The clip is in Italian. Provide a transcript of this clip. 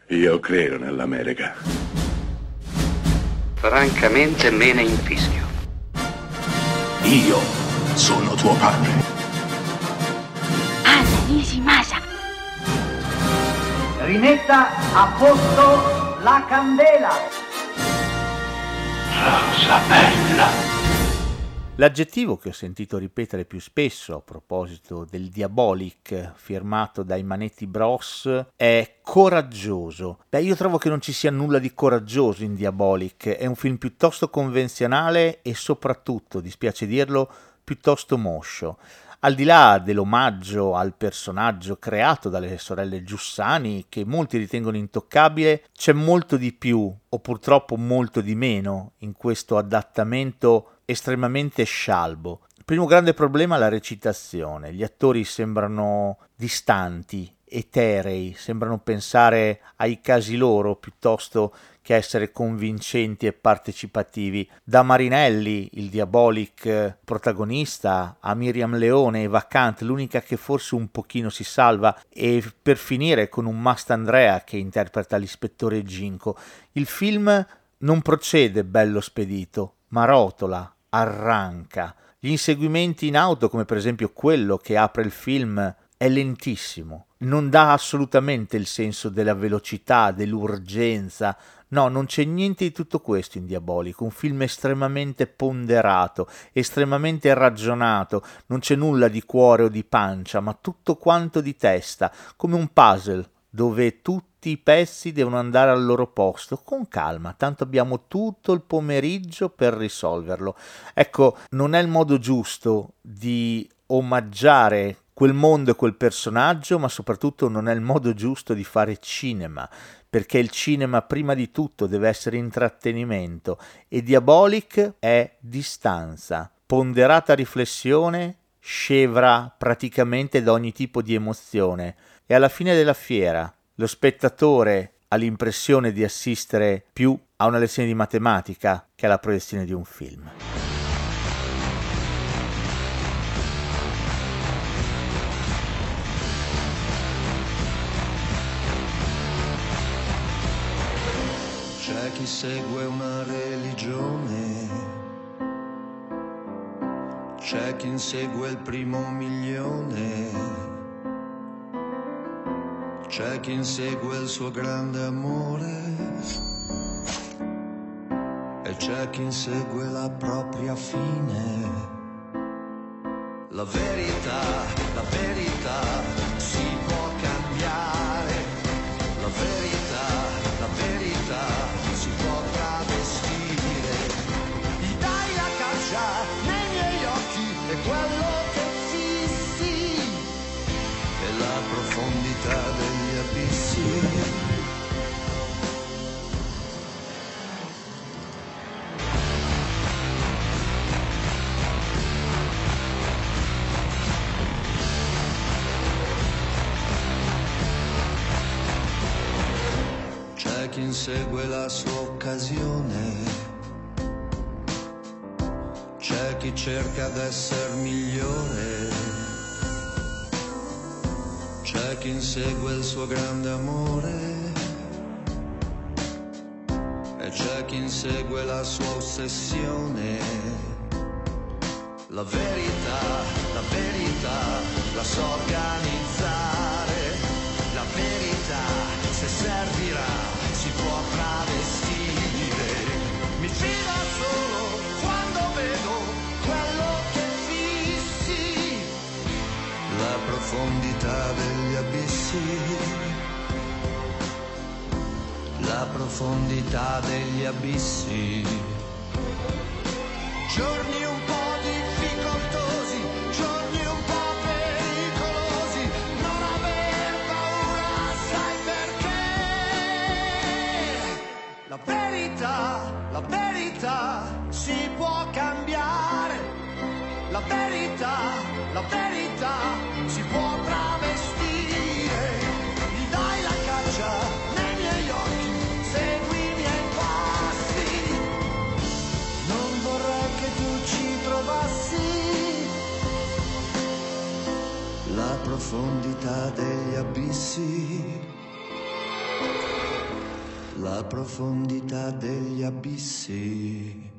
Io credo nell'America. Francamente me ne infischio. Io sono tuo padre. Anna Nishimasa. Rimetta a posto la candela. Rosa bella. L'aggettivo che ho sentito ripetere più spesso a proposito del Diabolic firmato dai Manetti Bros è coraggioso. Io trovo che non ci sia nulla di coraggioso in Diabolic, è un film piuttosto convenzionale e soprattutto, dispiace dirlo, piuttosto moscio. Al di là dell'omaggio al personaggio creato dalle sorelle Giussani, che molti ritengono intoccabile, c'è molto di più, o purtroppo molto di meno, in questo adattamento estremamente scialbo. Il primo grande problema è la recitazione. Gli attori sembrano distanti, eterei, sembrano pensare ai casi loro piuttosto che essere convincenti e partecipativi. Da Marinelli, il Diabolic protagonista, a Miriam Leone e Vacant, l'unica che forse un pochino si salva, e per finire con un Mastandrea che interpreta l'ispettore Ginko. Il film non procede bello spedito, ma rotola, arranca. Gli inseguimenti in auto, come per esempio quello che apre il film, è lentissimo, non dà assolutamente il senso della velocità, dell'urgenza. No, non c'è niente di tutto questo in Diabolico, un film estremamente ponderato, estremamente ragionato, non c'è nulla di cuore o di pancia, ma tutto quanto di testa, come un puzzle dove tutti i pezzi devono andare al loro posto, con calma, tanto abbiamo tutto il pomeriggio per risolverlo. Ecco, non è il modo giusto di omaggiare quel mondo e quel personaggio, ma soprattutto non è il modo giusto di fare cinema, perché il cinema prima di tutto deve essere intrattenimento e Diabolic è distanza, ponderata riflessione, scevra praticamente da ogni tipo di emozione. E alla fine della fiera lo spettatore ha l'impressione di assistere più a una lezione di matematica che alla proiezione di un film. C'è chi segue una religione, c'è chi insegue il primo milione, c'è chi insegue il suo grande amore e c'è chi insegue la propria fine. La verità si può cambiare. La verità si può travestire. Gli dai la caccia nei miei occhi e quello che fissi è la profondità degli abissi. C'è chi insegue la sua occasione, c'è chi cerca d'essere migliore, c'è chi insegue il suo grande amore e c'è chi insegue la sua ossessione. La verità la so organizzare, la verità se servirà si può travestire. Mi fido solo quando vedo quello che fissi, la profondità degli abissi, la profondità degli abissi. Giorni un po' difficoltosi, giorni un po' pericolosi, non aver paura, sai perché? La verità si può cambiare, la verità si può travestire. Gli dai la caccia nei miei occhi, segui i miei passi, non vorrei che tu ci trovassi la profondità degli abissi. la profondità degli abissi.